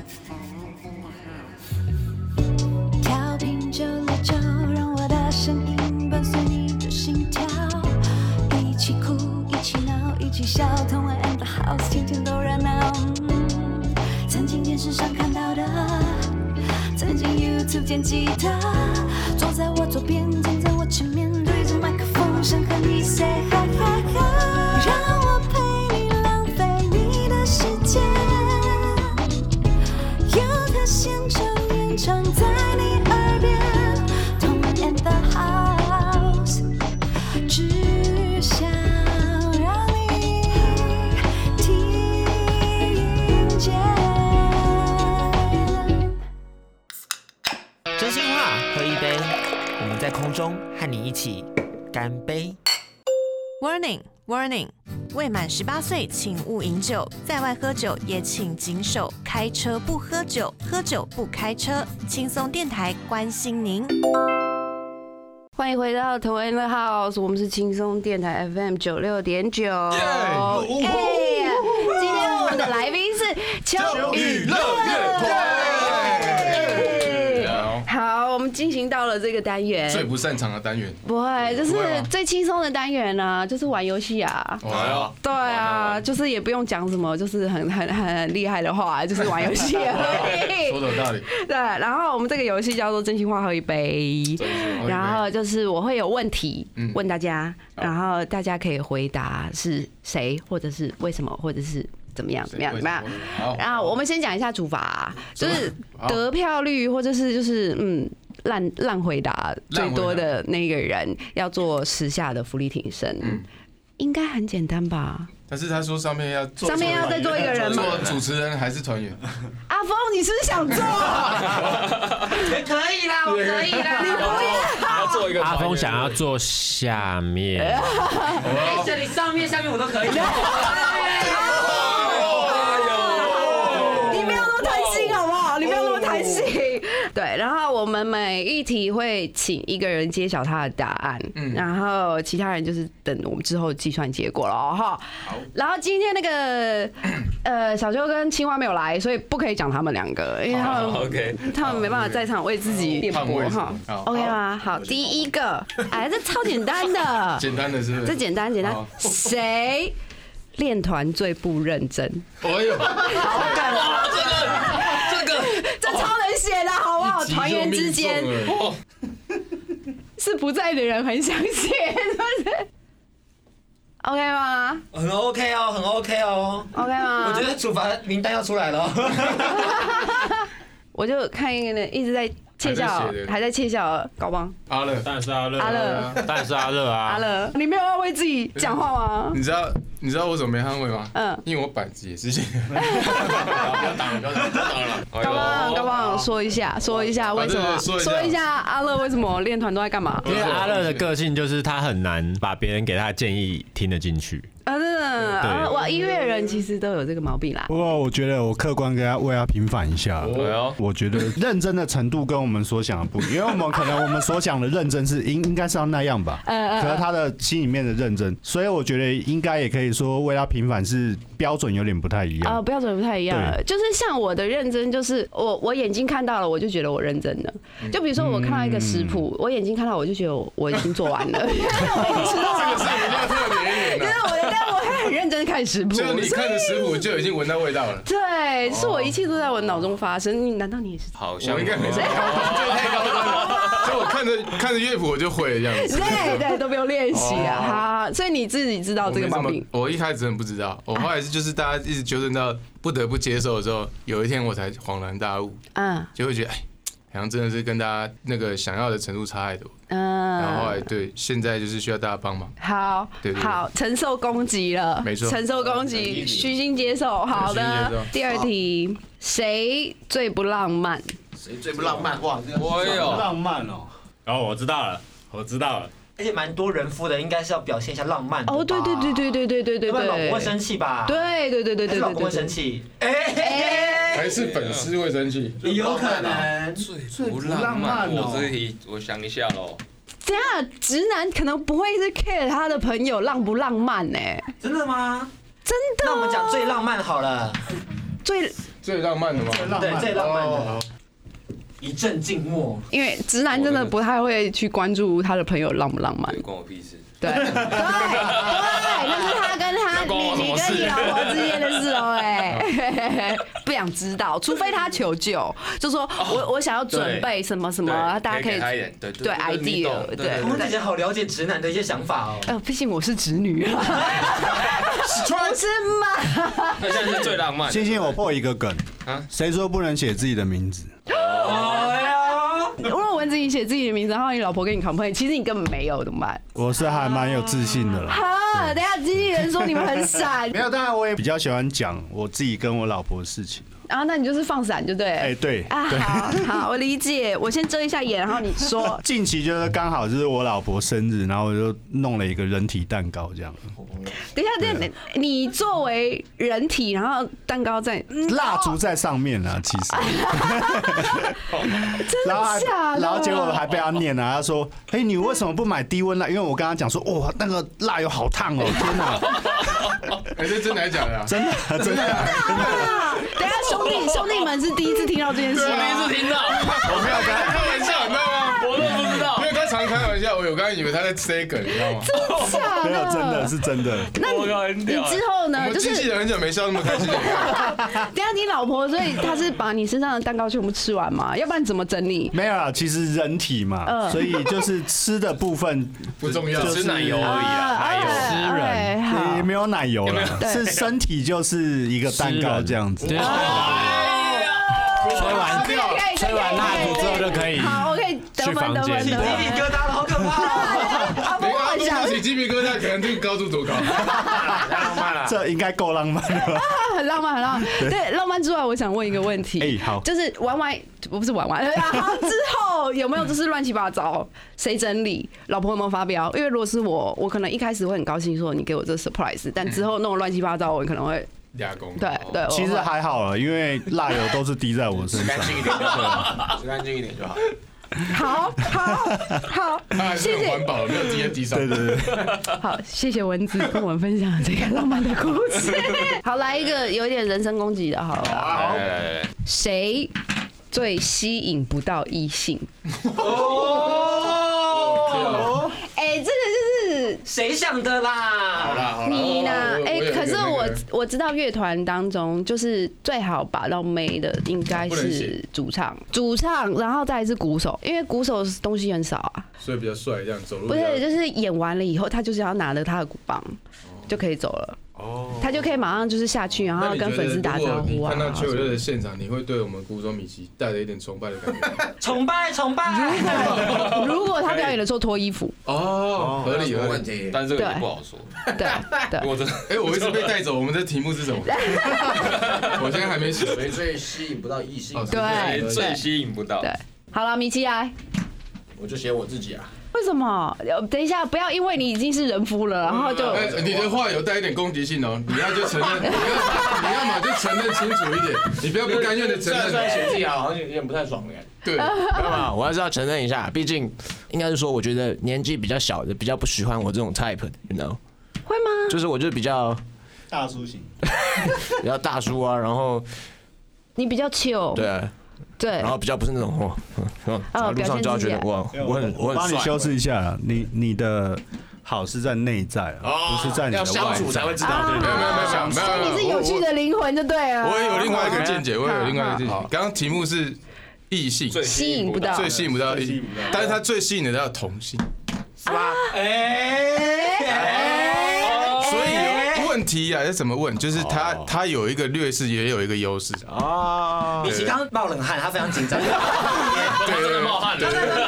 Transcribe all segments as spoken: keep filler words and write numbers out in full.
调频九六九，让我的声音伴随你的心跳，一起哭，一起闹，一起笑，同玩 and the house， 天天都热闹。嗯，曾经电视上看到的，曾经 YouTube 见吉他，坐在我左边，站在我前面，对着麦克风，想和你 say hi hi hi， 让我陪你浪费你的时间，有他现场演唱在你耳边，同玩 and the house， 只想让你听见。 真心话，喝一杯，我们在空中和你一起干杯。 Warning Warning， 未满十八岁请勿饮酒，在外喝酒也请谨守开车不喝酒，喝酒不开车。轻松电台关心您。 欢迎回到同恩的 house， 我们是轻松电台 F M 九六点九。哎，今天我们的来宾是秋雨乐乐团。好，我们进行到了这个单元， 最不擅长的单元， 不会，就是最轻松的单元呢，就是玩游戏啊。对啊，就是也不用讲什么，就是很很很厉害的话，就是玩游戏而已。 说的有道理。 对，然后我们这个游戏叫做真心话喝一杯，然后就是我会有问题问大家，然后大家可以回答是谁，或者是为什么，或者是怎么样怎么样怎么样。然后我们先讲一下处罚，就是得票率或者是就是嗯烂烂回答最多的那个人要做十下的伏地挺身，应该很简单吧？ 但是他说上面要做上面要再做一个人吗？ 做主持人还是团员？ 阿峰，你是不是想做？ 可以啦，我可以啦。 你不要。 要做一个阿峰想要做下面， 这里上面下面我都可以。 你不要那么贪心好不好？你不要那么贪心。对，然后我们每一题会请一个人揭晓他的答案，嗯，然后其他人就是等我们之后计算结果了哈。然后今天那个呃小秋跟青蛙没有来，所以不可以讲他们两个，因为他们 OK， 他们没办法在场为自己辩驳哈。OK 吗？好，第一个，哎，这超简单的， 简单的是不是？ 这简单简单，谁练团最不认真？ 哎呦，好干啊！这个这个这超能写的好不好？团员之间是不在的人很想写，是不是 ？OK 吗？ 很 OK 哦，很 OK 哦。 OK 吗？ 我觉得处罚名单要出来了。 我就看一个人一直在窃笑，还在窃笑，高帮阿乐， 当然是阿乐， 阿乐， 当然是阿乐啊， 阿乐，你没有要为自己讲话吗？ 你知道你知道我怎么没捍卫吗？ 嗯， 因为我板子也是这样。不要挡了，不要挡了，不要挡了。 高帮，高帮，说一下，说一下为什么？说一下阿乐为什么练团都在干嘛？ 因为阿乐的个性就是他很难把别人给他的建议听得进去。 啊，真的，哇，音乐人其实都有这个毛病啦。 不过我觉得我客观跟他为他平反一下，我觉得认真的程度跟我们所想的不一样，因为我们可能我们所想的认真是应应该是要那样吧，可是他的心里面的认真，所以我觉得应该也可以说为他平反是标准有点不太一样啊，标准不太一样，就是像我的认真，就是我我眼睛看到了，我就觉得我认真了。就比如说我看到一个食谱，我眼睛看到我就觉得我已经做完了，我已经知道了。这个是比较特别一点的，就是我但我会很认真看食谱， 就你看着食谱就已经闻到味道了。 对，是我一切都在我脑中发生。你难道你也是？ 好像我应该没这么高端，这太高端了。就我看着看着乐谱我就会了这样子。 对对，都不用练习啊。好，所以你自己知道这个毛病。 我一开始真的不知道，我后来是就是大家一直纠正到不得不接受的时候，有一天我才恍然大悟，嗯，就会觉得哎。好像真的是跟大家那个想要的程度差太多，嗯，然后后来对，现在就是需要大家帮忙。 好，对对对好，承受攻击了， 没错， 承受攻击，虚心接受。好的，第二题，谁最不浪漫？ 谁最不浪漫？哇， 我有浪漫哦。 哦，我知道了，我知道了。 而且蛮多人夫的，应该是要表现一下浪漫哦， 对对对对对对对对对， 老婆会生气吧？ 对对对对对对， 老婆会生气。哎。 还是粉丝会生气， 有可能。 最不浪漫，我这题我想一下喽。 这样直男可能不会是 care 他的朋友浪不浪漫呢？ 真的吗？ 真的。 那我们讲最浪漫好了。 最最浪漫的吗？ 对，最浪漫的。一阵静默， 因为直男真的不太会去关注他的朋友浪不浪漫， 关我屁事。 对对对，那是他跟他你你跟你老婆之间的事哦，哎，不想知道，除非他求救，就说我我想要准备什么什么，大家可以对对 idea， 对， 我们姐姐好了解直男的一些想法哦。 呃，毕竟我是直女啊，不是吗？ 那现在是最浪漫。 星星，我破一个梗啊，谁说不能写自己的名字？ 哎呀！ 如果文子你写自己的名字，然后你老婆跟你 complain， 其实你根本没有，怎么办？ 我是还蛮有自信的啦。 哈，等下经纪人说你们很傻。 没有，当然我也比较喜欢讲我自己跟我老婆的事情。 然后那你就是放闪，就对。 哎，对啊，好好，我理解。我先遮一下眼，然后你说。 近期就是刚好就是我老婆生日，然后我就弄了一个人体蛋糕这样。 等一下，等一下，你作为人体，然后蛋糕在蜡烛在上面啊，其实。 真的假的？ 然后结果还被他念啊，他说：“哎，你为什么不买低温蜡？因为我跟他讲说，哇，那个蜡油好烫哦，天哪！” 哎，这真的还是假的？ 真的，真的，真的。 等下兄弟兄弟们是第一次听到这件事， 我第一次听到， 我没有跟他开玩笑，你知道吗？ 我都不知道， 因为他常开玩笑，我有刚刚以为他在塞梗，你知道吗？ 真的？ 没有，真的是真的。 那你你之后呢？ 我们经纪人很久没笑那么开心。 等下你老婆，所以她是把你身上的蛋糕全部吃完吗？要不然怎么整理？ 没有啊，其实人体嘛，所以就是吃的部分不重要， 吃奶油而已啦，奶油吃人也没有奶油了，是身体就是一个蛋糕这样子。 吹完吹完蜡烛之后就可以好，我可以得分得分起鸡皮疙瘩了，好可怕！ 没关系，起鸡皮疙瘩可能这个高度多高？ 浪漫了， 这应该够浪漫了吧？ 很浪漫，很浪漫。对，浪漫之外，我想问一个问题。 哎，好， 就是玩完不是玩完，然后之后有没有就是乱七八糟？谁整理？老婆有没有发飙？因为如果是我，我可能一开始会很高兴说你给我这个 surprise， 但之后弄得乱七八糟，我可能会。对对， 其实还好了，因为蜡油都是滴在我身上， 吃干净一点就好，吃干净一点就好。 好，好，好，谢谢。 环保没有滴在地上。 对对对。 好，谢谢文子跟我们分享这个浪漫的故事。好，来一个有点人身攻击的，好了。 好， 谁最吸引不到异性？哎，这个就是谁想的啦？ 你呢？哎，可是我我知道乐团当中，就是最好把到妹的应该是主唱，主唱，然后再是鼓手，因为鼓手东西很少啊， 所以比较帅，这样走路。 不是，就是演完了以后，他就是要拿着他的鼓棒就可以走了。哦，他就可以马上就是下去，然后跟粉丝打招呼啊。 看到邱友乐的现场，你会对我们鼓手米奇带着一点崇拜的感觉？ 崇拜，崇拜。 如果他表演的时候脱衣服， 哦，合理， 有问题，但这个也不好说。 对对。 我真的，哎，我一直被带走。我们的题目是什么？我现在还没写。 谁最吸引不到异性？ 对， 最吸引不到。 对，好了，米奇来， 我就写我自己啊。 为什么？等一下，不要因为你已经是人夫了，然后就…… 你的话有带一点攻击性哦，你要就承认，你要你要嘛就承认清楚一点，你不要不甘愿的承认。 虽然写自己好像有点不太爽哎。 对， 没有嘛，我还是要承认一下，毕竟应该是说，我觉得年纪比较小的比较不喜欢我这种 type 的 ，you know？ 会吗？ 就是我就是比较大叔型， 比较大叔啊，然后你比较 chill， 对啊。 对， 然后比较不是那种哦，走路上就要觉得哇，我很我很帮你修饰一下啦，你你的好是在内在啊，不是在你的外在。 要相处才会知道， 没有没有没有没有， 所以你是有趣的灵魂就对了。 我也有另外一个见解，我也有另外一个见解。刚刚题目是异性吸引不到， 最吸引不到异性，但是他最吸引的叫同性， 是吧？哎， 所以有问题啊，是怎么问？就是他他有一个劣势，也有一个优势啊。 米奇刚刚冒冷汗，他非常紧张， 对，真的冒汗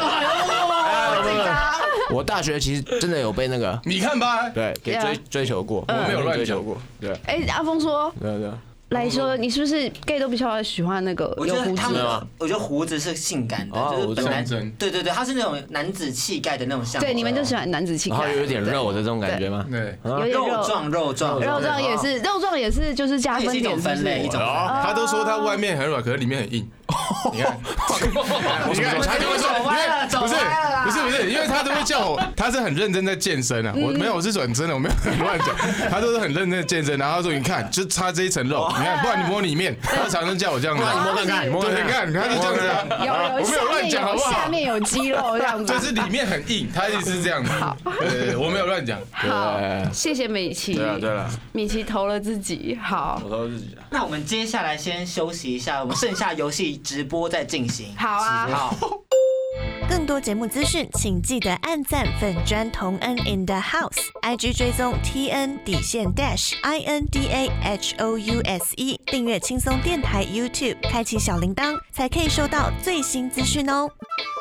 了。 我大学其实真的有被那个， 你看吧， 对，给追追求过， 我没有乱追求过，对。 哎，阿峰说， 对对。 来说，你是不是 gay 都比较喜欢那个有胡子的？我觉得胡子是性感的，就是本来对对对，他是那种男子气概的那种象征。 对，你们就喜欢男子气概， 然后有一点肉的这种感觉吗？ 对， 有点肉壮肉壮， 肉壮也是肉壮也是就是加分点分类一种。 他都说他外面很软，可是里面很硬。 你看，你看，他就会说，不是不是不是，因为他都会叫我，他是很认真在健身啊。我没有，我是说很真的，我没有很乱讲，他都是很认真的健身。然后他说，你看，就差这一层肉，你看，不然你摸里面。他常常叫我这样子，你摸看看，你摸看看，他就这样子啊。 有有， 我没有乱讲，好不好？ 下面有肌肉这样子， 就是里面很硬，他意思是这样子。好，对，我没有乱讲。 好，谢谢米奇。 对了对了， 米奇投了自己，好， 我投了自己。 那我们接下来先休息一下，我们剩下游戏直播再进行。 好啊， 好。 更多节目资讯，请记得按赞粉专同恩 in the house，I G 追踪 T N 底线 dash I N D A H O U S E， 订阅轻松电台 YouTube， 开启小铃铛，才可以收到最新资讯哦。